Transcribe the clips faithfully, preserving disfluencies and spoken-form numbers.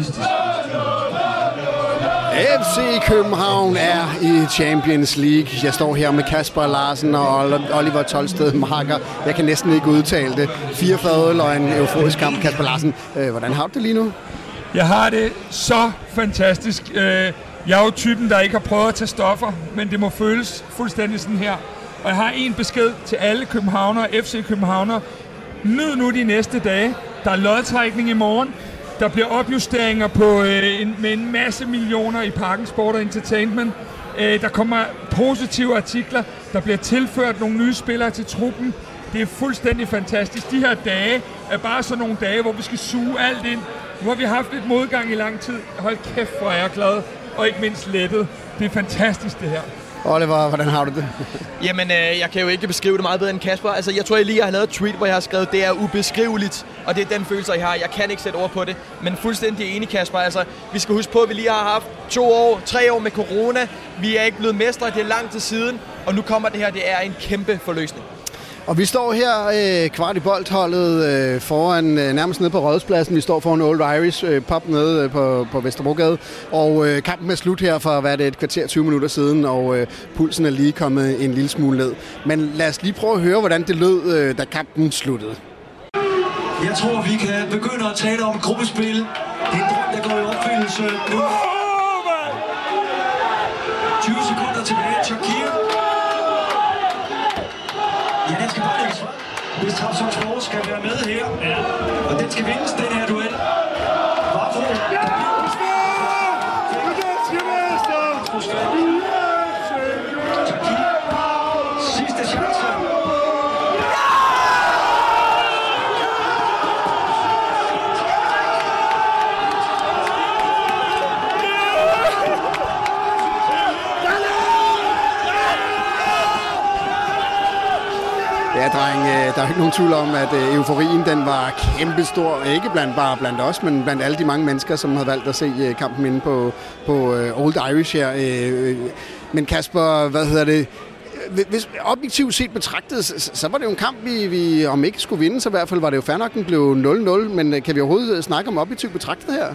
fantastisk. F C København er i Champions League. Jeg står her med Kasper Larsen og Oliver Tolsted Marker. Jeg kan næsten ikke udtale det. Fire fadøl og en euforisk kamp. Kasper Larsen, hvordan har du det lige nu? Jeg har det så fantastisk. Jeg er jo typen, der ikke har prøvet at tage stoffer, men det må føles fuldstændig sådan her. Og jeg har en besked til alle københavnere, F C Københavnere. Nyd nu de næste dage. Der er lodtrækning i morgen. Der bliver opjusteringer på, øh, en, med en masse millioner i Parken Sport og Entertainment. Øh, der kommer positive artikler. Der bliver tilført nogle nye spillere til truppen. Det er fuldstændig fantastisk. De her dage er bare sådan nogle dage, hvor vi skal suge alt ind. Nu har vi haft lidt modgang i lang tid. Hold kæft, hvor er jeg glad. Og ikke mindst lettet. Det er fantastisk, det her. Oliver, hvordan har du det? Jamen, øh, jeg kan jo ikke beskrive det meget bedre end Kasper. Altså, jeg tror, jeg lige har lavet et tweet, hvor jeg har skrevet, det er ubeskriveligt. Og det er den følelse, jeg har. Jeg kan ikke sætte ord på det. Men fuldstændig enig, Kasper. Altså, vi skal huske på, at vi lige har haft to år, tre år med corona. Vi er ikke blevet mestre, det er lang tid siden. Og nu kommer det her, det er en kæmpe forløsning. Og vi står her øh, kvart i boldholdet øh, foran, øh, nærmest nede på Rådhuspladsen. Vi står foran Old Irish øh, pub nede øh, på, på Vesterbrogade. Og øh, kampen er slut her for, hvad er det, et kvarter tyve minutter siden, og øh, pulsen er lige kommet en lille smule ned. Men lad os lige prøve at høre, hvordan det lød, øh, da kampen sluttede. Jeg tror, vi kan begynde at tale om gruppespil. Det er en drøm, der går i opfyldelse nu. tyve sekunder tilbage. Tyrkiet. Ja, den skal bare lægges frem, hvis Trabzonspor skal være med her. Ja. Og den skal vindes, den her duel. Varfo, der bliver... Tyrkiet. Sidste chance. Ja, dreng, der er ikke nogen tvivl om, at euforien den var kæmpestor. Ikke blandt bare blandt os, men blandt alle de mange mennesker, som har valgt at se kampen inde på, på Old Irish her. Men Kasper, hvad hedder det? Hvis objektivt set betragtet, så var det jo en kamp, vi, vi om ikke skulle vinde, så i hvert fald var det jo fair nok, den blev nul nul. Men kan vi overhovedet snakke om objektivt betragtet her?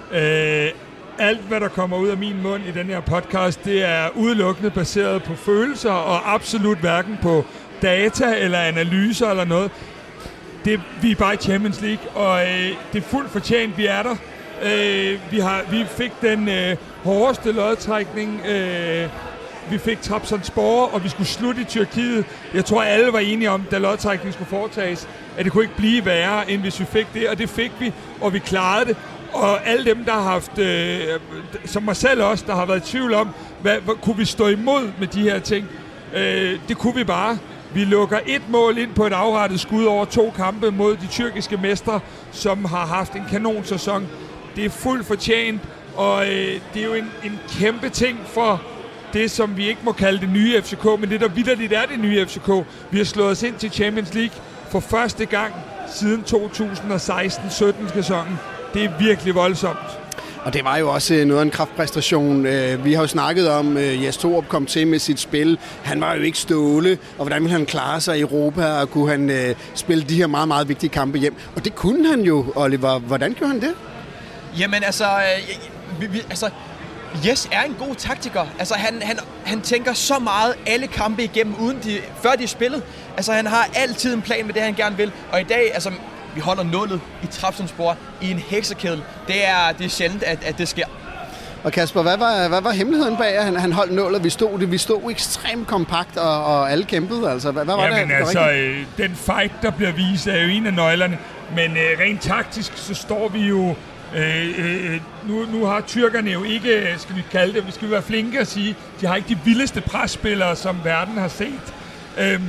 Øh, alt, hvad der kommer ud af min mund i den her podcast, det er udelukkende baseret på følelser og absolut hverken på data eller analyser eller noget. Det, vi er bare i Champions League, og øh, det er fuldt fortjent, vi er der. Øh, vi, har, vi fik den øh, hårdeste lodtrækning. Øh, vi fik Trabzonspor, og vi skulle slutte i Tyrkiet. Jeg tror, alle var enige om, da lodtrækningen skulle foretages, at det kunne ikke blive værre, end hvis vi fik det, og det fik vi, og vi klarede det. Og alle dem, der har haft, øh, som mig selv også, der har været i tvivl om, hvad, hvad kunne vi stå imod med de her ting, øh, det kunne vi bare. Vi lukker et mål ind på et afrettet skud over to kampe mod de tyrkiske mestre, som har haft en kanonsæson. Det er fuldt fortjent, og øh, det er jo en, en kæmpe ting for det, som vi ikke må kalde det nye F C K, men det, der vitterligt er det nye F C K. Vi har slået os ind til Champions League for første gang siden to tusind og seksten sytten sæsonen. Det er virkelig voldsomt. Og det var jo også noget af en kraftpræstation. Vi har jo snakket om, at Jes Torup kom til med sit spil. Han var jo ikke Ståle, og hvordan ville han klare sig i Europa, og kunne han spille de her meget, meget vigtige kampe hjem. Og det kunne han jo, Oliver. Hvordan gjorde han det? Jamen altså, vi, vi, altså Jes er en god taktiker. Altså han, han, han tænker så meget alle kampe igennem, uden de, før de er spillet. Altså han har altid en plan med det, han gerne vil. Og i dag, altså vi holder nullet i Trabzonspor i en heksekedel. Det er, det er sjældent, at, at det sker. Og Kasper, hvad var, hvad var hemmeligheden bag, at han, han holdt nullet? Vi stod, vi stod ekstremt kompakt, og, og alle kæmpede. Altså, hvad, hvad var Jamen det? altså, øh, den fight, der bliver vist, er jo en af nøglerne. Men øh, rent taktisk, så står vi jo... Øh, øh, nu, nu har tyrkerne jo ikke, skal vi kalde det, vi skal være flinke at sige, de har ikke de vildeste presspillere, som verden har set. Øhm,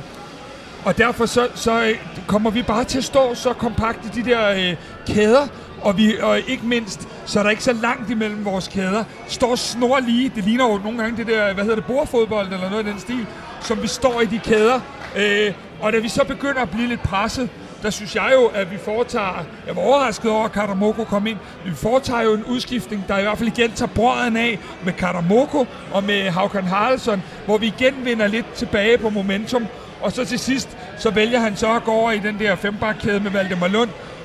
og derfor så, så øh, kommer vi bare til at stå så kompakt i de der øh, kæder, og, vi, og ikke mindst, så er der ikke så langt imellem vores kæder. Står snor lige, det ligner jo nogle gange det der, hvad hedder det, bordfodbold eller noget i den stil, som vi står i de kæder. Øh, og da vi så begynder at blive lidt presset, der synes jeg jo, at vi foretager... Jeg var overrasket over, at Karamoko kom ind. Vi foretager jo en udskiftning, der i hvert fald igen tager brøden af med Karamoko og med Håkan Haraldsson, hvor vi igen vinder lidt tilbage på momentum. Og så til sidst, så vælger han så at gå over i den der fembakkæde med Valdemar Lund,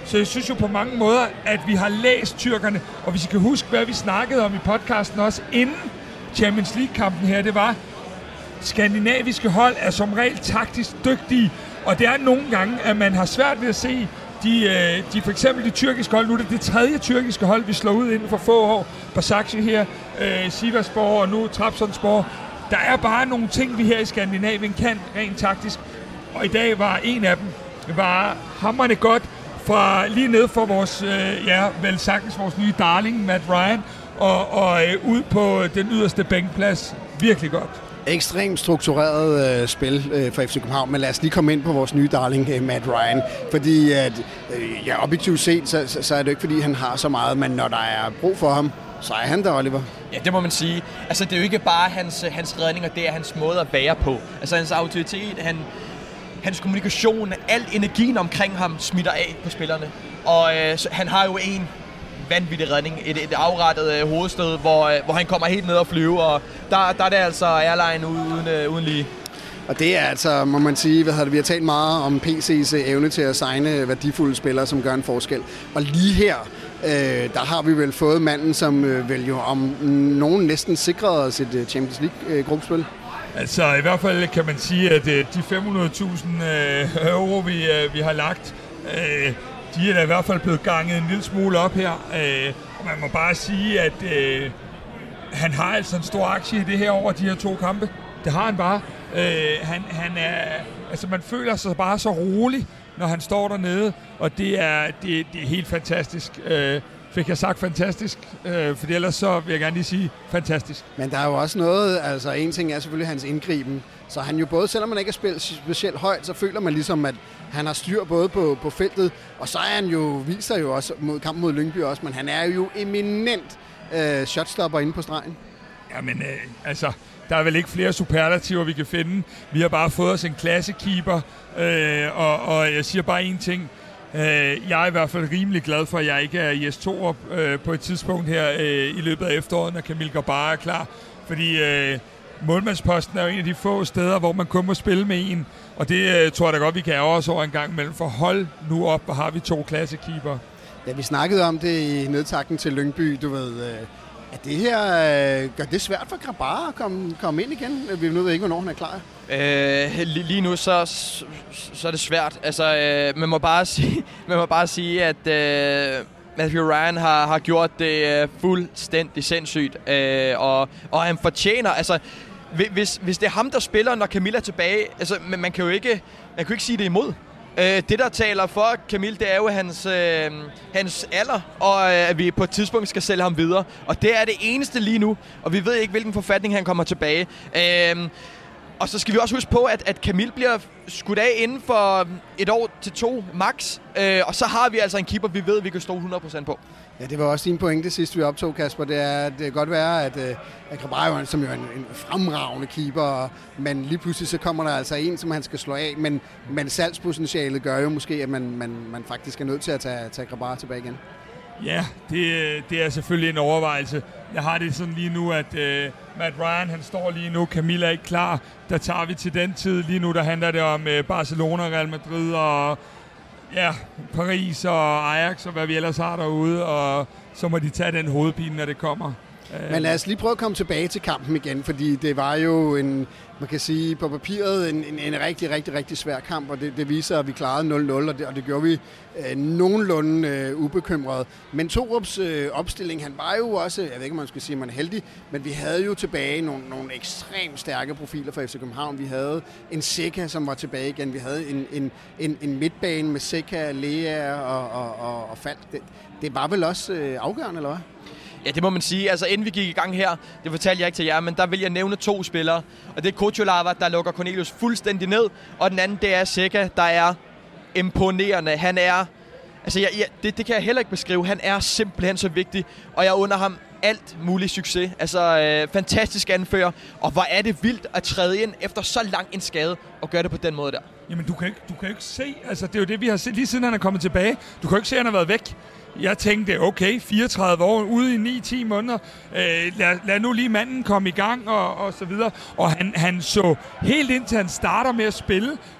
Så jeg synes jo på mange måder, at vi har læst tyrkerne, og hvis I kan huske, hvad vi snakkede om i podcasten også inden Champions League-kampen her, det var, skandinaviske hold er som regel taktisk dygtige, og det er nogle gange, at man har svært ved at se de, de for eksempel de tyrkiske hold. Nu er det det tredje tyrkiske hold, vi slår ud inden for få år. Başakşehir her, øh, Sivasspor og nu Trabzonspor. Der er bare nogle ting, vi her i Skandinavien kan rent taktisk, og i dag var en af dem var hamrende godt fra lige ned for vores, øh, ja, vel sagtens vores nye darling, Matt Ryan, og, og øh, ud på den yderste bænkplads. Virkelig godt. Ekstremt struktureret øh, spil øh, for F C København, men lad os lige komme ind på vores nye darling, øh, Matt Ryan. Fordi at, øh, ja, objektivt set, så, så, så er det ikke, fordi han har så meget, men når der er brug for ham, så er han der, Oliver. Ja, det må man sige. Altså, det er jo ikke bare hans, hans redninger, det er hans måde at være på. Altså, hans autoritet, han, hans kommunikation, al energien omkring ham smitter af på spillerne. Og øh, så, han har jo en vanvittig redning, et, et afrettet øh, hovedstød, hvor, øh, hvor han kommer helt ned og flyve, og der, der er det altså airline uden, øh, uden lige. Og det er altså, må man sige, hvad hedder det, vi har talt meget om P C's evne til at signe værdifulde spillere, som gør en forskel. Og lige her, øh, der har vi vel fået manden, som øh, vel jo om nogen næsten sikrede os et uh, Champions League-gruppespil. Altså i hvert fald kan man sige, at øh, de fem hundrede tusind øh, euro, vi, øh, vi har lagt, øh, de er da i hvert fald blevet ganget en lille smule op her. Øh, og man må bare sige, at øh, han har altså en stor aktie i det her over de her to kampe. Det har han bare. Øh, han, han er, altså man føler sig bare så rolig, når han står dernede, og det er, det, det er helt fantastisk. Øh, fik jeg sagt fantastisk, øh, for ellers så vil jeg gerne lige sige fantastisk. Men der er jo også noget, altså en ting er selvfølgelig hans indgriben, så han jo både, selvom man ikke har spillet specielt højt, så føler man ligesom, at han har styr både på, på feltet, og så er han jo, viser jo også mod kampen mod Lyngby også, men han er jo eminent øh, shotstopper inde på stregen. Jamen, øh, altså, der er vel ikke flere superlativer, vi kan finde. Vi har bare fået os en klassekeeper, øh, og, og jeg siger bare én ting. Øh, jeg er i hvert fald rimelig glad for, at jeg ikke er i S to øh, på et tidspunkt her øh, i løbet af efteråret, når Kamil Grabara er klar. Fordi øh, målmandsposten er jo en af de få steder, hvor man kun må spille med en. Og det øh, tror jeg da godt, vi kan ære os over en gang imellem. For hold nu op, og har vi to klassekeeper. Ja, vi snakkede om det i nedtakten til Lyngby, du ved. Øh, er det her, øh, gør det svært for Grabara at komme, komme ind igen? Vi ved ikke, hvornår han er klar. Øh, lige, lige nu så, så er det svært. Altså, øh, man må bare sige, man må bare sige at øh, Matthew Ryan har, har gjort det øh, fuldstændig sindssygt, øh, og, og han fortjener. Altså, hvis, hvis det er ham, der spiller, når Camilla er tilbage, altså, man, man kan jo ikke, man kan jo ikke sige det imod. Øh, det, der taler for Kamil, det er jo hans, øh, hans alder, og øh, at vi på et tidspunkt skal sælge ham videre. Og det er det eneste lige nu, og vi ved ikke, hvilken forfatning han kommer tilbage. Øh, og så skal vi også huske på, at, at Kamil bliver skudt af inden for et år til to max, øh, og så har vi altså en keeper, vi ved, vi kan stå hundrede procent på. Ja, det var også din pointe sidst, vi optog, Kasper. Det er, det kan godt være, at, at Grabara, som jo er en, en fremragende keeper, men lige pludselig så kommer der altså en, som han skal slå af, men, men salgspotentialet gør jo måske, at man, man, man faktisk er nødt til at tage, tage Grabara tilbage igen. Ja, det, det er selvfølgelig en overvejelse. Jeg har det sådan lige nu, at uh, Matt Ryan, han står lige nu, Camilla er ikke klar. Der tager vi til den tid. Lige nu, der handler det om uh, Barcelona, Real Madrid og ja, Paris og Ajax og hvad vi ellers har derude, og så må de tage den hovedpine, når det kommer. Men lad os lige prøve at komme tilbage til kampen igen, fordi det var jo en, man kan sige på papiret, en, en, en rigtig, rigtig, rigtig svær kamp, og det, det viser, at vi klarede nul nul, og det, og det gjorde vi øh, nogenlunde øh, ubekymret. Men Torups øh, opstilling, han var jo også, jeg ved ikke, om man skal sige, at man er heldig, men vi havde jo tilbage nogle, nogle ekstremt stærke profiler for F C København. Vi havde en Seca, som var tilbage igen. Vi havde en, en, en, en midtbane med Seca, Lea og, og, og, og Falk. Det, det var vel også øh, afgørende, eller hvad? Ja, det må man sige. Altså, inden vi gik i gang her, det fortalte jeg ikke til jer, men der vil jeg nævne to spillere. Og det er Kocholava, der lukker Cornelius fuldstændig ned, og den anden, det er Seca, der er imponerende. Han er, altså, jeg, jeg, det, det kan jeg heller ikke beskrive. Han er simpelthen så vigtig, og jeg under ham alt mulig succes. Altså, øh, fantastisk anfører, og hvor er det vildt at træde ind efter så lang en skade, og gøre det på den måde der. Jamen, du kan ikke, du kan ikke se, altså, det er jo det, vi har set lige siden han er kommet tilbage. Du kan ikke se, at han har været væk. Jeg tænkte, okay, fireogtredive år, ude i ni til ti måneder, øh, lad, lad nu lige manden komme i gang, og, og så videre. Og han, han så helt indtil han starter med at spille,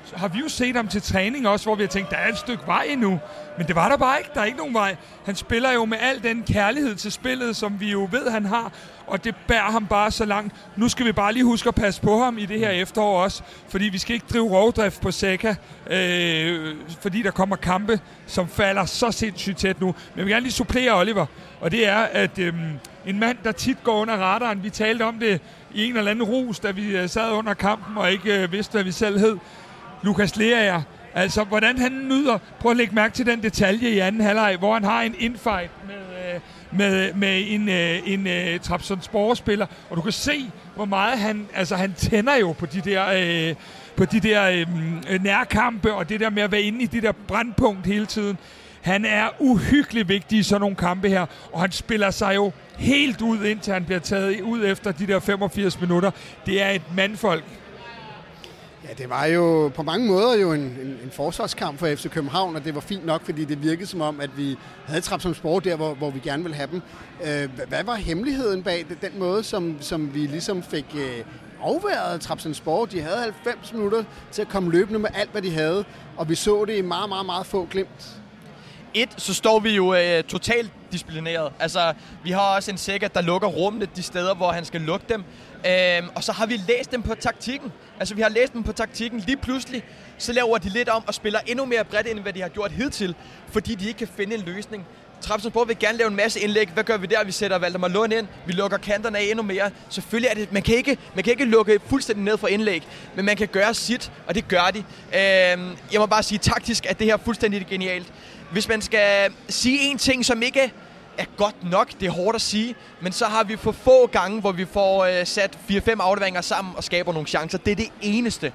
så har vi jo set ham til træning også, hvor vi har tænkt, der er et stykke vej endnu. Men det var der bare ikke. Der er ikke nogen vej. Han spiller jo med al den kærlighed til spillet, som vi jo ved, han har. Og det bærer ham bare så langt. Nu skal vi bare lige huske at passe på ham i det her efterår også. Fordi vi skal ikke drive rovdrift på Zeca. Øh, fordi der kommer kampe, som falder så sindssygt tæt nu. Men jeg vil gerne lige supplere Oliver. Og det er, at øh, en mand, der tit går under radaren. Vi talte om det i en eller anden rus, da vi sad under kampen og ikke øh, vidste, hvad vi selv hed. Lukas Leaer. Altså, hvordan han nyder. Prøv at lægge mærke til den detalje i anden halvleg, hvor han har en infight med, med, med en, en, en Trabzonspor-spiller, og du kan se, hvor meget han, altså han tænder jo på de der, øh, på de der øh, nærkampe, og det der med at være inde i det der brandpunkt hele tiden. Han er uhyggelig vigtig i sådan nogle kampe her, og han spiller sig jo helt ud, indtil han bliver taget ud efter de der femogfirs minutter. Det er et mandfolk. Ja, det var jo på mange måder jo en, en, en forsvarskamp for F C København, og det var fint nok, fordi det virkede som om, at vi havde Trabzonspor der, hvor, hvor vi gerne ville have dem. Øh, hvad var hemmeligheden bag det, den måde, som, som vi ligesom fik øh, afværet Trabzonspor? De havde halvfems minutter til at komme løbende med alt, hvad de havde, og vi så det i meget, meget, meget få glimt. Et, så står vi jo øh, totalt disciplineret. Altså, vi har også en Zeca, der lukker rummene de steder, hvor han skal lukke dem. Øhm, og så har vi læst dem på taktikken. Altså, vi har læst dem på taktikken. Lige pludselig, så laver de lidt om og spiller endnu mere bredt, end hvad de har gjort hidtil, fordi de ikke kan finde en løsning. Trabzonspor vil gerne lave en masse indlæg. Hvad gør vi der? Vi sætter Valdemar Lund ind. Vi lukker kanterne af endnu mere. Selvfølgelig er det... Man kan ikke, man kan ikke lukke fuldstændig ned for indlæg, men man kan gøre sit, og det gør de. Øhm, jeg må bare sige, taktisk at det her fuldstændig genialt. Hvis man skal sige en ting, som ikke er godt nok, det er hårdt at sige, men så har vi for få gange, hvor vi får øh, sat fire fem afleveringer sammen og skaber nogle chancer. Det er det eneste.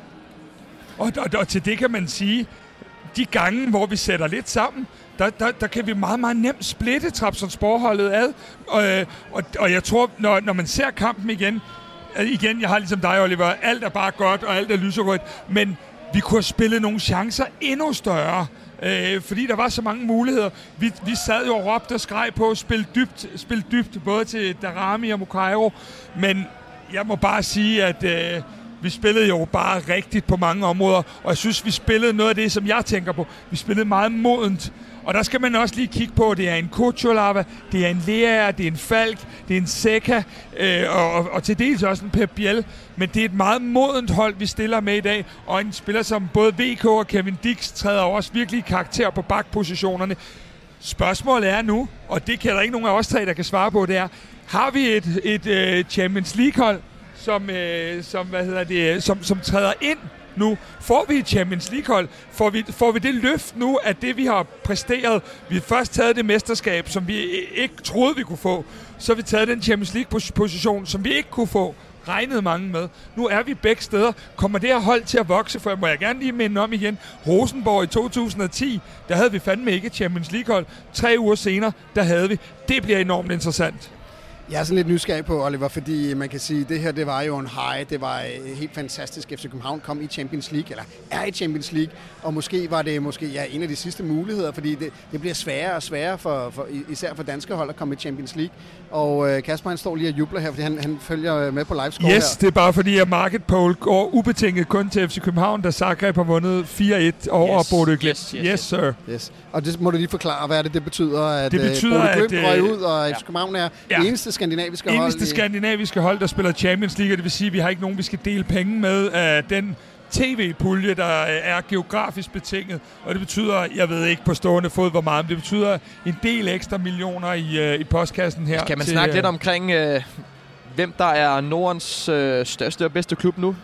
Og, og, og til det kan man sige, de gange, hvor vi sætter lidt sammen, der, der, der kan vi meget, meget nemt splitte Trabzonspor-holdet ad. Og, og, og jeg tror, når, når man ser kampen igen, igen, jeg har ligesom dig, Oliver, alt er bare godt, og alt er lyserødt, men vi kunne have spillet nogle chancer endnu større. Øh, fordi der var så mange muligheder. Vi, vi sad jo og råbte og skreg på at spille dybt, spille dybt, både til Darami og Mukairo, men jeg må bare sige, at øh, vi spillede jo bare rigtigt på mange områder, og jeg synes, vi spillede noget af det, som jeg tænker på. Vi spillede meget modent, og der skal man også lige kigge på, det er en Kuchulava, det er en Leaer, det er en Falk, det er en Zeca, øh, og, og, og til dels også en Pep Biel, men det er et meget modent hold, vi stiller med i dag, og en spiller som både V K og Kevin Dix træder også virkelig karakter på bakpositionerne. Spørgsmålet er nu, og det kan der ikke nogen af os tre, der kan svare på, det er, har vi et, et, et Champions League-hold, som, øh, som, hvad hedder det, som, som træder ind nu? Får vi et Champions League-hold? Får vi, får vi det løft nu, at det, vi har præsteret? Vi har først taget det mesterskab, som vi ikke troede, vi kunne få. Så har vi taget den Champions League-position, som vi ikke kunne få. Regnede mange med. Nu er vi begge steder. Kommer det her hold til at vokse? For må jeg gerne lige minde om igen. Rosenborg i to tusind og ti, der havde vi fandme ikke et Champions League-hold. Tre uger senere, der havde vi. Det bliver enormt interessant. Jeg er sådan lidt nysgerrig på, Oliver, fordi man kan sige, at det her, det var jo en high. Det var helt fantastisk. F C København kom i Champions League, eller er i Champions League, og måske var det måske ja, en af de sidste muligheder, fordi det, det bliver sværere og sværere, for, for, især for danske hold, at komme i Champions League. Og øh, Kasper, han står lige og jubler her, fordi han, han følger med på livescore yes, her. Det er bare fordi, at Market Poll går ubetinget kun til F C København, da Zagreb har vundet fire et over yes. Bodø Glimt. Yes, yes, yes, sir. Yes. Og det må du lige forklare, hvad er det, det betyder, at det betyder, Bodø Glimt røg ud, og ja. F C København er ja. det eneste skandinaviske hold. eneste skandinaviske hold, der spiller Champions League, og det vil sige, at vi har ikke nogen, vi skal dele penge med af den tv-pulje, der er geografisk betinget, og det betyder, jeg ved ikke på stående fod, hvor meget, men det betyder en del ekstra millioner i, i postkassen her. Kan man til, snakke lidt omkring, øh, hvem der er Nordens øh, største og bedste klub nu?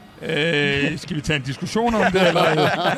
Øh, skal vi tage en diskussion om det? Eller?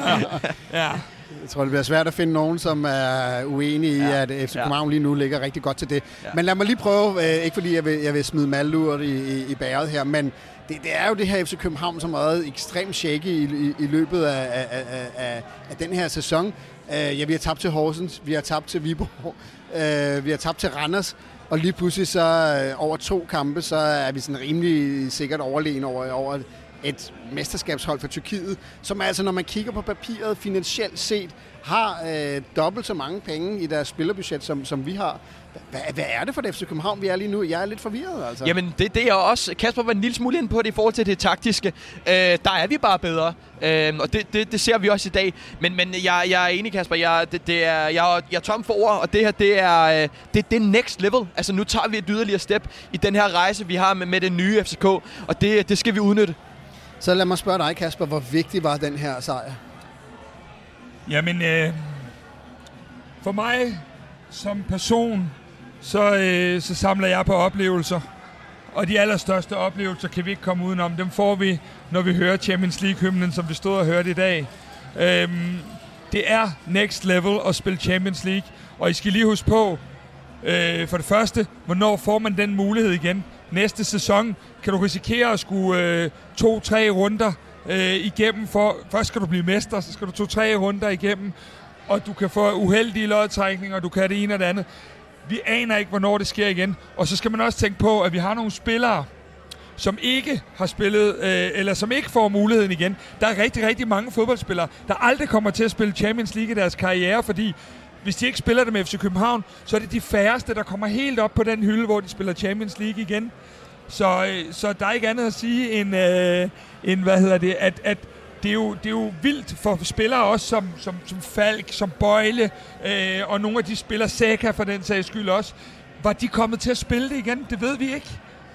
Ja. Jeg tror, det bliver svært at finde nogen, som er uenige ja. i, at F C København lige nu ligger rigtig godt til det. Ja. Men lad mig lige prøve, øh, ikke fordi jeg vil, jeg vil smide malurt i, i, i bæret her, men det, det er jo det her F C København, som har været ekstremt shaky i, i, i løbet af, af, af, af, af den her sæson. Uh, ja, vi har tabt til Horsens, vi har tabt til Viborg, uh, vi har tabt til Randers, og lige pludselig så uh, over to kampe, så er vi sådan rimelig sikkert overlegen over, over et mesterskabshold for Tyrkiet, som altså, når man kigger på papiret finansielt set, har øh, dobbelt så mange penge i deres spillerbudget, som, som vi har. Hvad, hvad er det for det F C København, vi er lige nu? Jeg er lidt forvirret, altså. Jamen, det, det er også... Kasper var en lille smule ind på det i forhold til det taktiske. Øh, der er vi bare bedre, øh, og det, det, det ser vi også i dag. Men, men jeg, jeg er enig, Kasper. Jeg, det, det er, jeg, jeg er tom for ord, og det her, det er, det, det er next level. Altså, nu tager vi et yderligere step i den her rejse, vi har med, med den nye F C K, og det, det skal vi udnytte. Så lad mig spørge dig, Kasper, hvor vigtig var den her sejr? Jamen, øh, for mig som person, så, øh, så samler jeg på oplevelser. Og de allerstørste oplevelser kan vi ikke komme udenom. Dem får vi, når vi hører Champions League-hymnen, som vi stod og hørte i dag. Øhm, det er next level at spille Champions League. Og I skal lige huske på, øh, for det første, hvornår får man den mulighed igen? Næste sæson kan du risikere at skulle øh, to-tre runder øh, igennem. For, først skal du blive mester, så skal du to-tre runder igennem. Og du kan få uheldige lodtrækninger, og du kan det ene og det andet. Vi aner ikke, hvornår det sker igen. Og så skal man også tænke på, at vi har nogle spillere, som ikke har spillet, øh, eller som ikke får muligheden igen. Der er rigtig, rigtig mange fodboldspillere, der aldrig kommer til at spille Champions League i deres karriere, fordi hvis de ikke spiller det med F C København, så er det de færreste, der kommer helt op på den hylde, hvor de spiller Champions League igen. Så, øh, så der er ikke andet at sige end, øh, end hvad hedder det, at, at Det er, jo, det er jo vildt for spillere også, som, som, som Falk, som Bøjle, øh, og nogle af de spillere, Saka for den sags skyld også. Var de kommet til at spille det igen? Det ved vi ikke.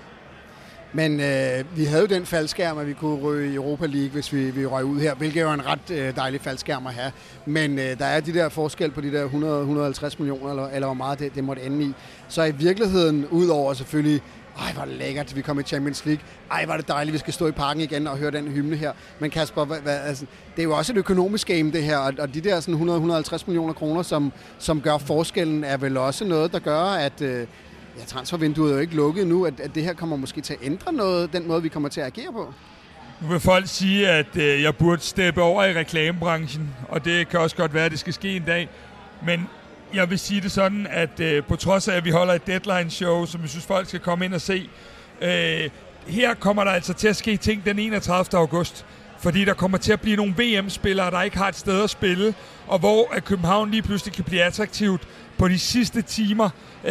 Men øh, vi havde jo den faldskærm, at vi kunne ryge i Europa League, hvis vi, vi røg ud her, hvilket er jo en ret øh, dejlig faldskærm at have. Men øh, der er de der forskel på de der hundrede til hundrede og halvtreds millioner, eller, eller hvor meget det, det måtte ende i. Så i virkeligheden, udover selvfølgelig, ej, var det lækkert, vi kom i Champions League. Ej, var det dejligt, vi skal stå i parken igen og høre den hymne her. Men Kasper, hvad, hvad, altså, det er jo også et økonomisk game, det her. Og, og de der sådan hundrede til hundrede og halvtreds millioner kroner, som, som gør forskellen, er vel også noget, der gør, at øh, ja, transfervinduet er jo ikke lukket nu. At, at det her kommer måske til at ændre noget, den måde, vi kommer til at agere på. Nu vil folk sige, at øh, jeg burde steppe over i reklamebranchen. Og det kan også godt være, at det skal ske en dag. Men jeg vil sige det sådan, at øh, på trods af, at vi holder et deadline-show, som jeg synes, folk skal komme ind og se, øh, her kommer der altså til at ske ting den enogtredivte august. Fordi der kommer til at blive nogle V M-spillere, der ikke har et sted at spille, og hvor at København lige pludselig kan blive attraktivt på de sidste timer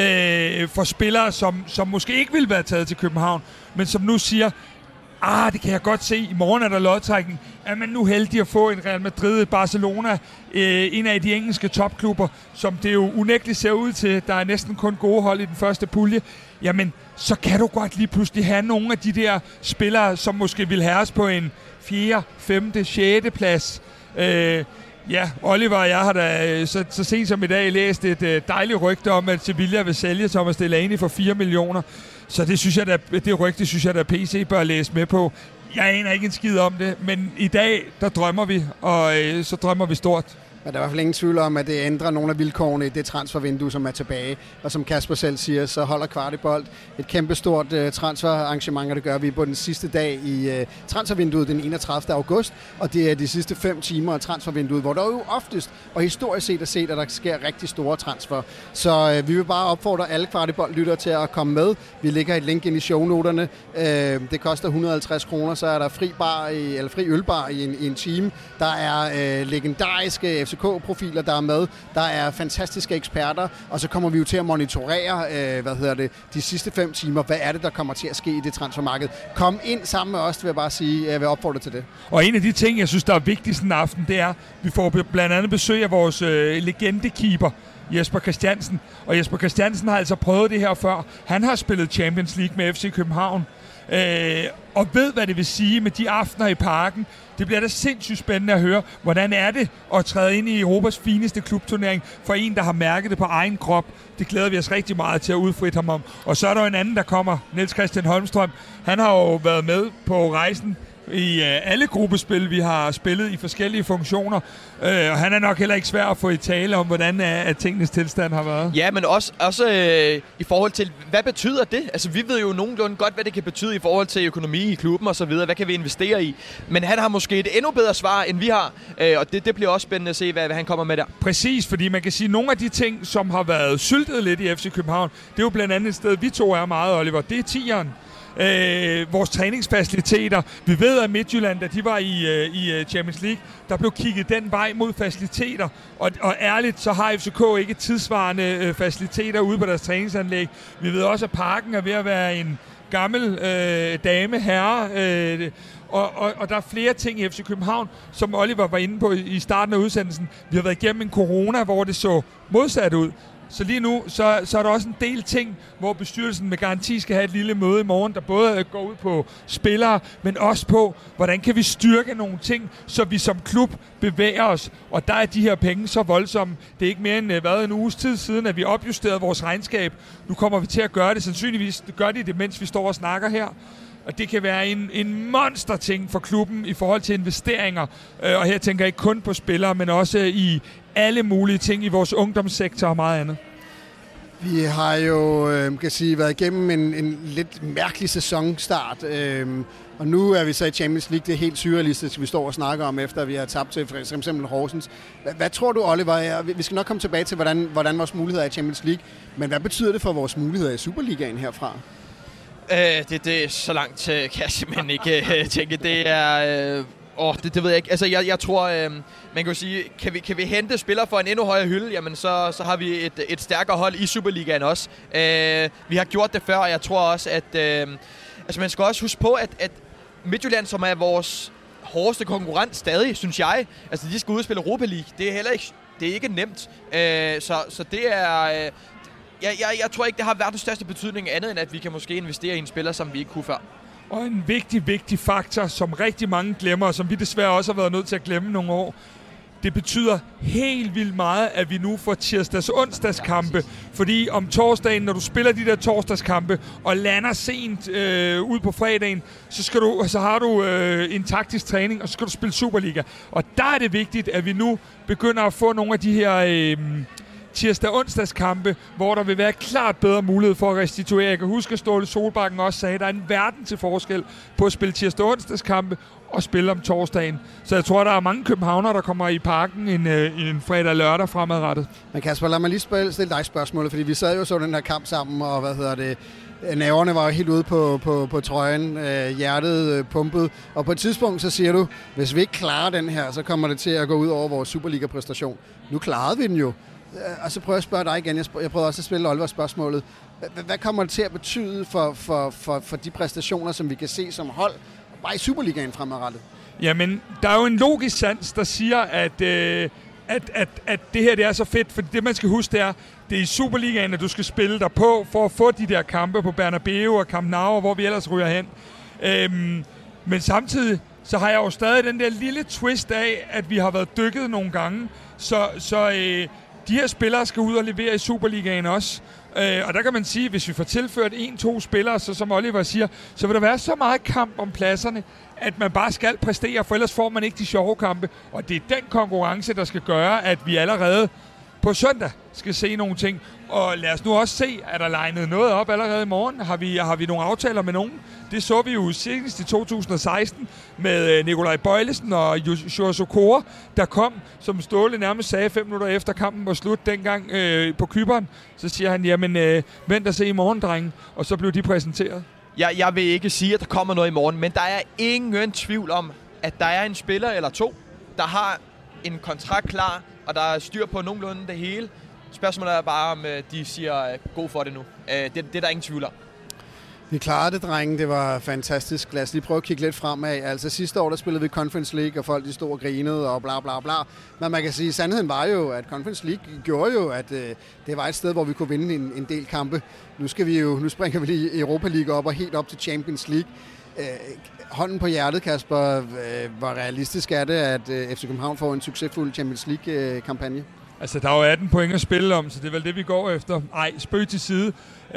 øh, for spillere, som, som måske ikke ville være taget til København, men som nu siger, ah, det kan jeg godt se. I morgen er der lodtrækning. Er man nu heldig at få en Real Madrid, Barcelona, øh, en af de engelske topklubber, som det jo unægteligt ser ud til, der er næsten kun gode hold i den første pulje, jamen, så kan du godt lige pludselig have nogle af de der spillere, som måske vil herres på en fjerde, femte, sjette plads. Øh, ja, Oliver og jeg har da så, så sent som i dag læst et øh, dejligt rygte om, at Sevilla vil sælge Thomas Delaney for fire millioner. Så det synes jeg da, det rygte synes jeg da P C bør læse med på. Jeg aner ikke en skid om det, men i dag, der drømmer vi, og øh, så drømmer vi stort. Men der er i hvert fald ingen tvivl om, at det ændrer nogle af vilkårene i det transfervindue, som er tilbage. Og som Kasper selv siger, så holder Kvartibold et kæmpestort uh, transferarrangement, og det gør vi på den sidste dag i uh, transfervinduet den enogtredivte august. Og det er de sidste fem timer af transfervinduet, hvor der jo oftest og historisk set er set, at der sker rigtig store transfer. Så uh, vi vil bare opfordre alle Kvartibold-lyttere til at komme med. Vi lægger et link ind i shownoterne. Uh, det koster et hundrede og halvtreds kroner, så er der fri, bar i, eller fri ølbar i en, i en time. Der er uh, legendariske F C K-profiler, der er med. Der er fantastiske eksperter, og så kommer vi jo til at monitorere, øh, hvad hedder det, de sidste fem timer. Hvad er det, der kommer til at ske i det transfermarked? Kom ind sammen med os, vil jeg bare sige. Jeg vil opfordre til det. Og en af de ting, jeg synes, der er vigtigt sådan en aften, det er, vi får blandt andet besøg af vores øh, legendekeeper, Jesper Christiansen. Og Jesper Christiansen har altså prøvet det her før. Han har spillet Champions League med F C København. Øh, og ved, hvad det vil sige med de aftener i parken. Det bliver da sindssygt spændende at høre, hvordan er det at træde ind i Europas fineste klubturnering for en, der har mærket det på egen krop. Det glæder vi os rigtig meget til at udfritte ham om. Og så er der en anden, der kommer, Niels Christian Holmstrøm. Han har jo været med på rejsen i øh, alle gruppespil, vi har spillet i forskellige funktioner. Øh, og han er nok heller ikke svær at få i tale om, hvordan øh, at tingenes tilstand har været. Ja, men også, også øh, i forhold til, hvad betyder det? Altså, vi ved jo nogenlunde godt, hvad det kan betyde i forhold til økonomi i klubben og så videre. Hvad kan vi investere i? Men han har måske et endnu bedre svar, end vi har. Øh, og det, det bliver også spændende at se, hvad, hvad han kommer med der. Præcis, fordi man kan sige, at nogle af de ting, som har været syltet lidt i F C København, det er jo blandt andet et sted, vi to er meget, Oliver. Det er tieren. Øh, vores træningsfaciliteter. Vi ved, at Midtjylland, da de var i, øh, i Champions League, der blev kigget den vej mod faciliteter. Og, og ærligt, så har F C K ikke tidsvarende øh, faciliteter ude på deres træningsanlæg. Vi ved også, at parken er ved at være en gammel øh, dame, herre. Øh, og, og, og der er flere ting i F C København, som Oliver var inde på i starten af udsendelsen. Vi har været igennem en corona, hvor det så modsat ud. Så lige nu, så, så er der også en del ting, hvor bestyrelsen med garanti skal have et lille møde i morgen, der både går ud på spillere, men også på, hvordan kan vi styrke nogle ting, så vi som klub bevæger os. Og der er de her penge så voldsomme. Det er ikke mere end hvad, en uges tid siden, at vi opjusterede vores regnskab. Nu kommer vi til at gøre det. Sandsynligvis gør de det, mens vi står og snakker her. Og det kan være en, en monster-ting for klubben i forhold til investeringer. Og her tænker jeg ikke kun på spillere, men også i alle mulige ting i vores ungdomssektor og meget andet. Vi har jo øh, kan sige, været igennem en, en lidt mærkelig sæsonstart. Øh, og nu er vi så i Champions League. Det er helt surrealistisk, vi står og snakker om, efter vi har tabt til for eksempel Horsens. Hvad, hvad tror du, Oliver? Vi skal nok komme tilbage til, hvordan, hvordan vores muligheder er i Champions League. Men hvad betyder det for vores muligheder i Superligaen herfra? Øh, det, det er så langt, kan jeg simpelthen ikke øh, tænke. Det er... Øh, åh, det, det ved jeg ikke. Altså, jeg, jeg tror, øh, man kan jo sige, kan vi, kan vi hente spillere for en endnu højere hylde, jamen så, så har vi et, et stærkere hold i Superligaen også. Øh, vi har gjort det før, og jeg tror også, at... Øh, altså, man skal også huske på, at, at Midtjylland, som er vores hårdeste konkurrent stadig, synes jeg, altså, de skal ud og spille Europa League. Det er heller ikke, det er ikke nemt. Øh, så, så det er... Øh, Jeg, jeg, jeg tror ikke, det har verdens største betydning andet, end at vi kan måske investere i en spiller, som vi ikke kunne før. Og en vigtig, vigtig faktor, som rigtig mange glemmer, og som vi desværre også har været nødt til at glemme nogle år. Det betyder helt vildt meget, at vi nu får tirsdags-onsdagskampe. Fordi om torsdagen, når du spiller de der torsdagskampe og lander sent øh, ud på fredagen, så, skal du, så har du øh, en taktisk træning, og så skal du spille Superliga. Og der er det vigtigt, at vi nu begynder at få nogle af de her... Øh, tirsdag-onsdagskampe, hvor der vil være klart bedre mulighed for at restituere. Jeg kan huske, at Ståle Solbakken også sagde, at der er en verden til forskel på at spille tirsdag-onsdagskampe og spille om torsdagen. Så jeg tror, der er mange københavnere, der kommer i parken en, en fredag-lørdag fremadrettet. Men Kasper, lad mig lige stille dig spørgsmålet, fordi vi sad jo så den her kamp sammen, og hvad hedder det... Nerverne var jo helt ude på, på, på trøjen, øh, hjertet øh, pumpet, og på et tidspunkt så siger du, hvis vi ikke klarer den her, så kommer det til at gå ud over vores Superliga-præstation. Nu klarede vi den jo. Og så prøver jeg at spørge dig igen. Jeg prøvede også at spille Oliver spørgsmålet. Hvad kommer det til at betyde for, for, for, for de præstationer, som vi kan se som hold, bare i Superligaen fremadrettet? Jamen, der er jo en logisk sans, der siger, at, øh, at, at, at det her det er så fedt. For det, man skal huske, det er, det er i Superligaen, at du skal spille dig på for at få de der kampe på Bernabeu og Camp Nou, hvor vi ellers ryger hen. Øhm, men samtidig, så har jeg jo stadig den der lille twist af, at vi har været dykket nogle gange. Så... så øh, de her spillere skal ud og levere i Superligaen også. Øh, og der kan man sige, at hvis vi får tilført en, to spillere, så som Oliver siger, så vil der være så meget kamp om pladserne, at man bare skal præstere, for ellers får man ikke de sjove kampe. Og det er den konkurrence, der skal gøre, at vi allerede på søndag skal se nogle ting. Og lad os nu også se, at der legnet noget op allerede i morgen. Har vi, har vi nogle aftaler med nogen? Det så vi jo senest i to tusind og seksten med Nikolaj Bøjlesen og Joshua Sokora, der kom, som Ståle nærmest sagde fem minutter efter kampen var slut dengang øh, på Cypern. Så siger han, jamen øh, vent og se i morgen, drenge. Og så blev de præsenteret. Jeg, jeg vil ikke sige, at der kommer noget i morgen, men der er ingen tvivl om, at der er en spiller eller to, der har en kontrakt klar, og der er styr på nogenlunde det hele. Spørgsmålet er bare, om de siger god for det nu. Det, det er der ingen tvivl om. Vi klarede det, drenge. Det var fantastisk. Lad os lige prøve at kigge lidt fremad. Altså sidste år, der spillede vi Conference League, og folk de stod og grinede og bla bla bla. Men man kan sige, at sandheden var jo, at Conference League gjorde jo, at øh, det var et sted, hvor vi kunne vinde en, en del kampe. Nu skal vi jo, nu springer vi lige Europa League op og helt op til Champions League. Øh, hånden på hjertet, Kasper. Øh, hvor realistisk er det, at øh, F C København får en succesfuld Champions League-kampagne? Altså, der er jo atten point at spille om, så det er vel det, vi går efter. Ej, spøg til side.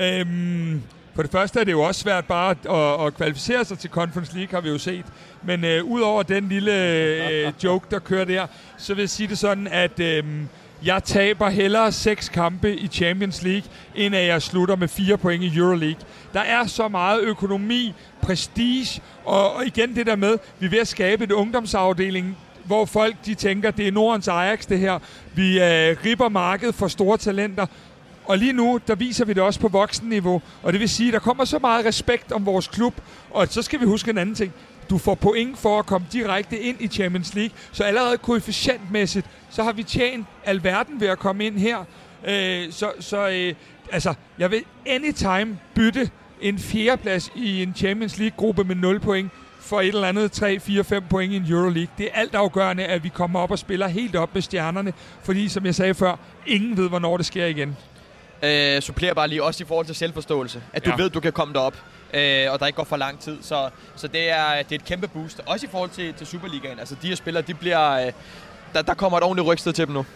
Øhm, for det første er det jo også svært bare at, at kvalificere sig til Conference League, har vi jo set. Men øh, udover den lille øh, joke, der kører der, så vil jeg sige det sådan, at øh, jeg taber hellere seks kampe i Champions League, end at jeg slutter med fire point i Euroleague. Der er så meget økonomi, prestige, og, og igen det der med, vi er ved at skabe et ungdomsafdeling, hvor folk de tænker, det er Nordens Ajax det her. Vi øh, ripper markedet for store talenter. Og lige nu, der viser vi det også på voksenniveau. Og det vil sige, at der kommer så meget respekt om vores klub. Og så skal vi huske en anden ting. Du får point for at komme direkte ind i Champions League. Så allerede koefficientmæssigt, så har vi tjent alverden ved at komme ind her. Øh, så så øh, altså, jeg vil anytime bytte en fjerdeplads i en Champions League-gruppe med nul point for et eller andet tre, fire, fem point i en Euroleague. Det er alt afgørende, at vi kommer op og spiller helt op med stjernerne. Fordi, som jeg sagde før, ingen ved, hvornår det sker igen. Øh, supplerer bare lige også i forhold til selvforståelse. At du ja. ved, du kan komme derop, øh, og der ikke går for lang tid. Så, så det, er, det er et kæmpe boost. Også i forhold til, til Superligaen. Altså de her spillere, de bliver, øh, der, der kommer et ordentligt rygsted til dem nu.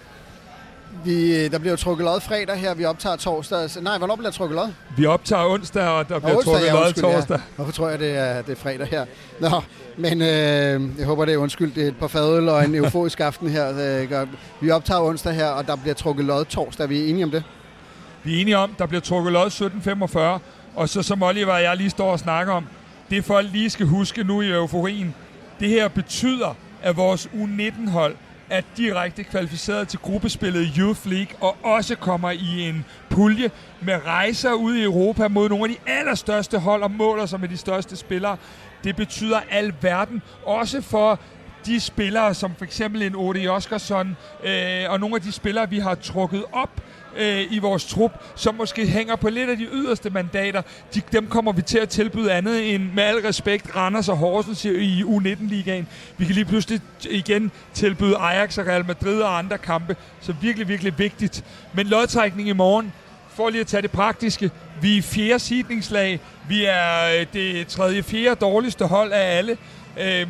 Vi, der bliver jo trukket lod fredag her, vi optager torsdag. Nej, hvornår bliver der trukket lod? Vi optager onsdag, og der bliver Nå, trukket lod torsdag. Ja. Hvorfor tror jeg, det er, det er fredag her? Nå, men øh, jeg håber, det er undskyld. Det er et par fadøl og en euforisk aften her. Øh, vi optager onsdag her, og der bliver trukket lod torsdag. Er vi enige om det? Vi er enige om, der bliver trukket lod sytten femogfyrre, og så som Oliver og jeg lige står og snakker om, det folk lige skal huske nu i euforien, det her betyder, at vores U nitten-hold er direkte kvalificeret til gruppespillet Youth League, og også kommer i en pulje med rejser ud i Europa mod nogle af de allerstørste hold og måler sig med de største spillere. Det betyder alverden, også for de spillere, som for eksempel en Odi Oskarsson, øh, og nogle af de spillere, vi har trukket op øh, i vores trup, som måske hænger på lidt af de yderste mandater, de, dem kommer vi til at tilbyde andet end, med al respekt, Randers og Horsens i U nitten-ligaen. Vi kan lige pludselig igen tilbyde Ajax og Real Madrid og andre kampe, så virkelig, virkelig vigtigt. Men lodtrækning i morgen, for lige at tage det praktiske, vi er fjerde seedningslag, vi er det tredje, fjerde dårligste hold af alle. Øhm,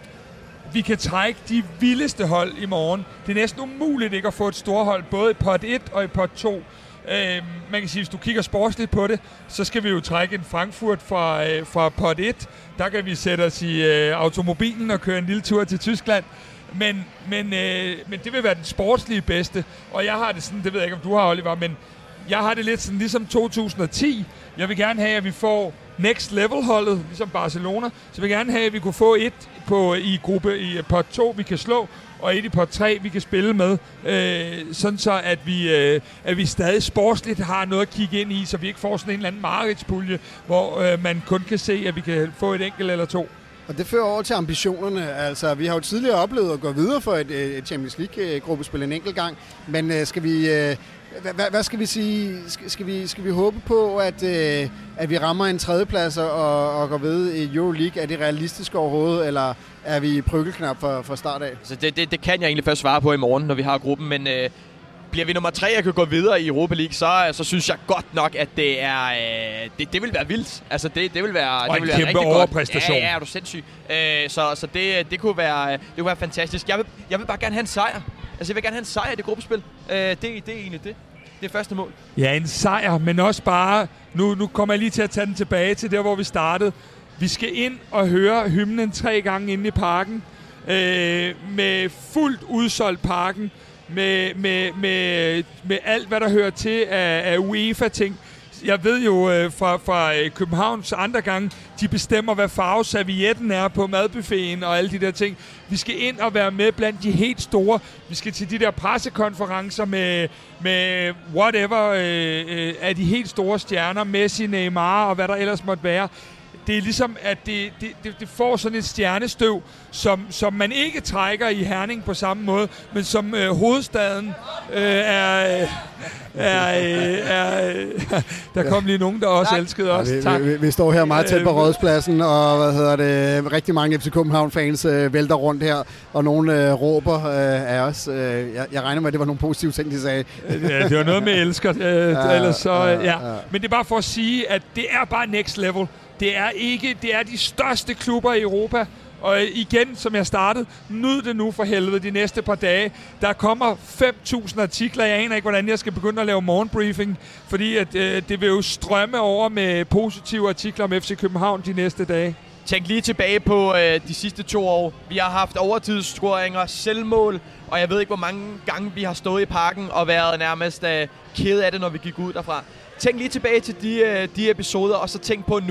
Vi kan trække de vildeste hold i morgen. Det er næsten umuligt ikke at få et storhold, både i pot et og i pot to. Øh, man kan sige, hvis du kigger sportsligt på det, så skal vi jo trække en Frankfurt fra, øh, fra pot et. Der kan vi sætte os i øh, automobilen og køre en lille tur til Tyskland. Men, men, øh, men det vil være den sportslige bedste. Og jeg har det sådan, det ved jeg ikke, om du har, Oliver, men jeg har det lidt sådan ligesom to tusind og ti. Jeg vil gerne have, at vi får next level holdet, ligesom Barcelona. Så jeg vil gerne have, at vi kunne få et på, i gruppe i pot to, vi kan slå, og et i pot tre, vi kan spille med. Øh, sådan så, at vi, øh, at vi stadig sportsligt har noget at kigge ind i, så vi ikke får sådan en eller anden mareridspulje, hvor øh, man kun kan se, at vi kan få et enkelt eller to. Og det fører over til ambitionerne. Altså, vi har jo tidligere oplevet at gå videre for et, et Champions League-gruppespil en enkelt gang, men øh, skal vi... Øh, Hvad, hvad skal vi sige? Skal, skal, vi, skal vi håbe på, at, øh, at vi rammer en tredjeplads og, og går ved i Euroleague? Er det realistisk overhovedet, eller er vi i prykkelknap fra, fra start af? Altså det, det, det kan jeg egentlig først svare på i morgen, når vi har gruppen, men øh, bliver vi nummer tre og kan gå videre i Europa League, så, så synes jeg godt nok, at det er øh, det, det vil være vildt. Altså det, det vil være, og det vil en være kæmpe overpræstation. Ja, ja, er du sindssyg. Øh, så så det, det, kunne være, det kunne være fantastisk. Jeg vil, jeg vil bare gerne have en sejr. Altså jeg vil gerne have en sejr i det gruppespil. Øh, det, det er egentlig det. Det er første mål. Ja, en sejr, men også bare... Nu, nu kommer jeg lige til at tage den tilbage til der, hvor vi startede. Vi skal ind og høre hymnen tre gange inde i parken. Øh, med fuldt udsolgt parken. Med, med, med, med alt, hvad der hører til af, af UEFA-ting. Jeg ved jo øh, fra, fra øh, Københavns andre gange, de bestemmer, hvad farve servietten er på madbuffeten og alle de der ting. Vi skal ind og være med blandt de helt store. Vi skal til de der pressekonferencer med, med whatever øh, øh, af de helt store stjerner. Messi, Neymar og hvad der ellers måtte være. Det er ligesom, at det, det, det, det får sådan et stjernestøv, som, som man ikke trækker i Herning på samme måde, men som øh, hovedstaden øh, er... er, øh, er øh, der kom lige nogen, der også tak. elskede os. Ja, vi, tak. Vi, vi står her meget tæt på Rådspladsen, og hvad hedder det, rigtig mange F C København-fans øh, vælter rundt her, og nogen øh, råber øh, af os. Øh, jeg, jeg regner med, at det var nogle positive ting, de sagde. Ja, det var noget med elsker, øh, ja, ellers så, ja, ja. ja. Men det er bare for at sige, at det er bare next level. Det er ikke, det er de største klubber i Europa. Og igen, som jeg startede, nyd det nu for helvede de næste par dage. Der kommer fem tusind artikler. Jeg aner ikke, hvordan jeg skal begynde at lave morgenbriefing, fordi at, øh, det vil jo strømme over med positive artikler om F C København de næste dage. Tænk lige tilbage på øh, de sidste to år. Vi har haft overtidsscoringer, selvmål, og jeg ved ikke, hvor mange gange vi har stået i parken og været nærmest øh, ked af det, når vi gik ud derfra. Tænk lige tilbage til de, øh, de episoder, og så tænk på nu.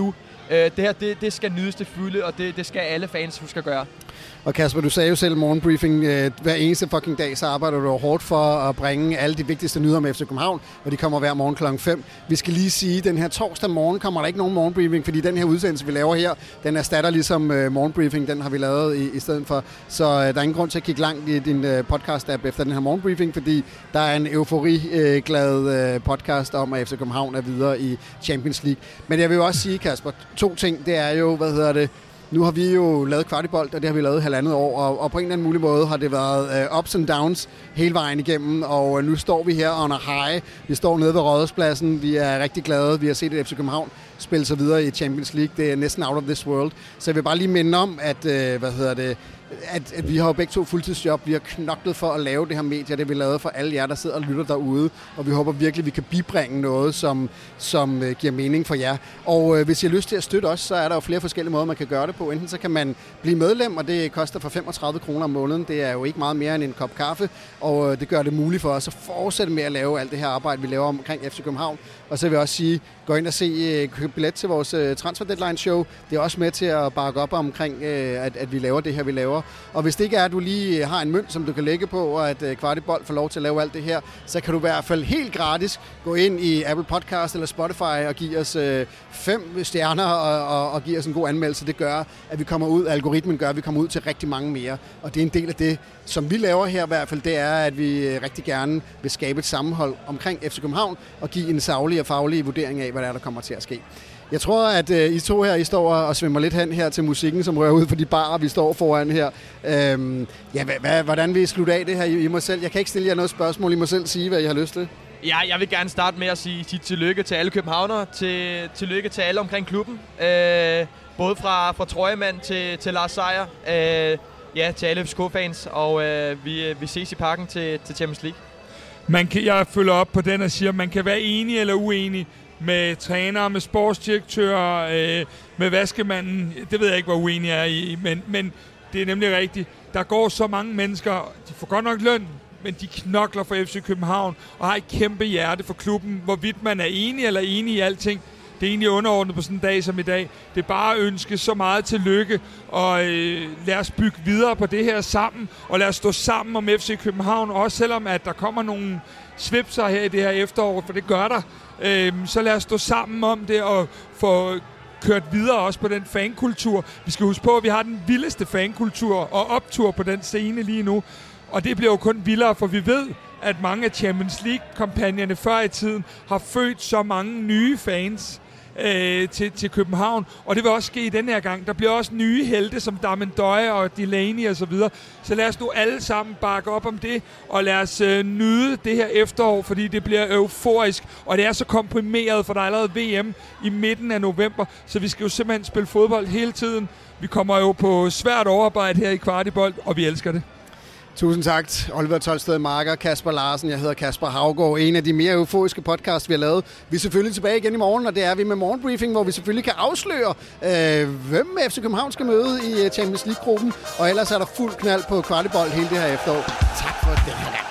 Øh, det her, det, det skal nydes til fulde, og det, det skal alle fans huske at gøre. Og Kasper, du sagde jo selv morgenbriefing. Øh, hver eneste fucking dag, så arbejder du hårdt for at bringe alle de vigtigste nyheder med F C København, og de kommer hver morgen klokken fem. Vi skal lige sige, at den her torsdag morgen kommer der ikke nogen morgenbriefing, fordi den her udsendelse, vi laver her, den erstatter ligesom øh, morgenbriefing, den har vi lavet i, i stedet for. Så øh, der er ingen grund til at kigge langt i din øh, podcast-app efter den her morgenbriefing, fordi der er en eufori-glad øh, podcast om, at F C København er videre i Champions League. Men jeg vil jo også sige, Kasper, to ting, det er jo, hvad hedder det, nu har vi jo lavet Kvartibold, og det har vi lavet halvandet år, og, og på en eller anden mulig måde har det været uh, ups and downs hele vejen igennem, og uh, nu står vi her on a high. Vi står nede ved Rådhuspladsen, vi er rigtig glade, vi har set et F C København spille sig videre i Champions League, det er næsten out of this world. Så jeg vil bare lige minde om, at, uh, hvad hedder det, at, at vi har jo begge to fuldtidsjob, vi har knoklet for at lave det her medie, det vi lavede for alle jer, der sidder og lytter derude, og vi håber virkelig, vi kan bibringe noget, som, som uh, giver mening for jer. Og uh, hvis I har lyst til at støtte os, så er der jo flere forskellige måder, man kan gøre det på. Enten så kan man blive medlem, og det koster for femogtredive kroner om måneden. Det er jo ikke meget mere end en kop kaffe, og uh, det gør det muligt for os at fortsætte med at lave alt det her arbejde, vi laver omkring F C København. Og så vil jeg også sige, gå ind og se, uh, køb billet til vores uh, Transfer Deadline Show. Det er også med til at bakke op omkring, uh, at, at vi laver det her, vi laver. Og hvis det ikke er, at du lige har en mønt, som du kan lægge på, og at uh, Kvartibold får lov til at lave alt det her, så kan du i hvert fald helt gratis gå ind i Apple Podcast eller Spotify og give os uh, fem stjerner og, og, og give os en god anmeldelse. Det gør, at vi kommer ud, algoritmen gør, at vi kommer ud til rigtig mange mere. Og det er en del af det, som vi laver her i hvert fald, det er, at vi rigtig gerne vil skabe et sammenhold omkring F C København og give en saglig og faglig vurdering af, hvad der er, der kommer til at ske. Jeg tror, at uh, I to her, I står og svømmer lidt hen her til musikken, som rører ud for de barer, vi står foran her. Øhm, ja, h- h- hvordan vil I slutte af det her? I, I må selv, jeg kan ikke stille jer noget spørgsmål, I må selv sige, hvad I har lyst til. Ja, jeg vil gerne starte med at sige, sige tillykke til alle københavnere, til, tillykke til alle omkring klubben. Øh, både fra, fra Trøjemand til, til Lars Seier, øh, ja, til alle F C K-fans, og øh, vi, vi ses i parken til, til Champions League. Man kan, jeg følger op på den og siger, at man kan være enig eller uenig med trænere, med sportsdirektører, øh, med vaskemanden. Det ved jeg ikke, hvor uenig jeg er i, men, men det er nemlig rigtigt. Der går så mange mennesker, de får godt nok løn, men de knokler for F C København og har et kæmpe hjerte for klubben. Hvorvidt man er enig eller enig i alting, det er egentlig underordnet på sådan en dag som i dag. Det er bare at ønske så meget tillykke, og øh, lad os bygge videre på det her sammen, og lad os stå sammen om F C København, også selvom at der kommer nogle svipser her i det her efterår, for det gør der. Øh, så lad os stå sammen om det og få kørt videre også på den fankultur. Vi skal huske på, at vi har den vildeste fankultur og optur på den scene lige nu. Og det bliver jo kun vildere, for vi ved, at mange af Champions League-kampagnerne før i tiden har født så mange nye fans øh, til, til København. Og det vil også ske i den her gang. Der bliver også nye helte som Damendøje og Delaney og så videre. Så lad os nu alle sammen bakke op om det, og lad os øh, nyde det her efterår, fordi det bliver euforisk. Og det er så komprimeret, for der er allerede V M i midten af november, så vi skal jo simpelthen spille fodbold hele tiden. Vi kommer jo på svært overarbejde her i Kvartibold, og vi elsker det. Tusind tak, Oliver Tolsted Marker, Kasper Larsen. Jeg hedder Kasper Haugaard. En af de mere euforiske podcasts, vi har lavet. Vi er selvfølgelig tilbage igen i morgen, og det er vi med morgenbriefing, hvor vi selvfølgelig kan afsløre, øh, hvem F C København skal møde i Champions League-gruppen. Og ellers er der fuld knald på Kvartibold hele det her efterår. Tak for det her.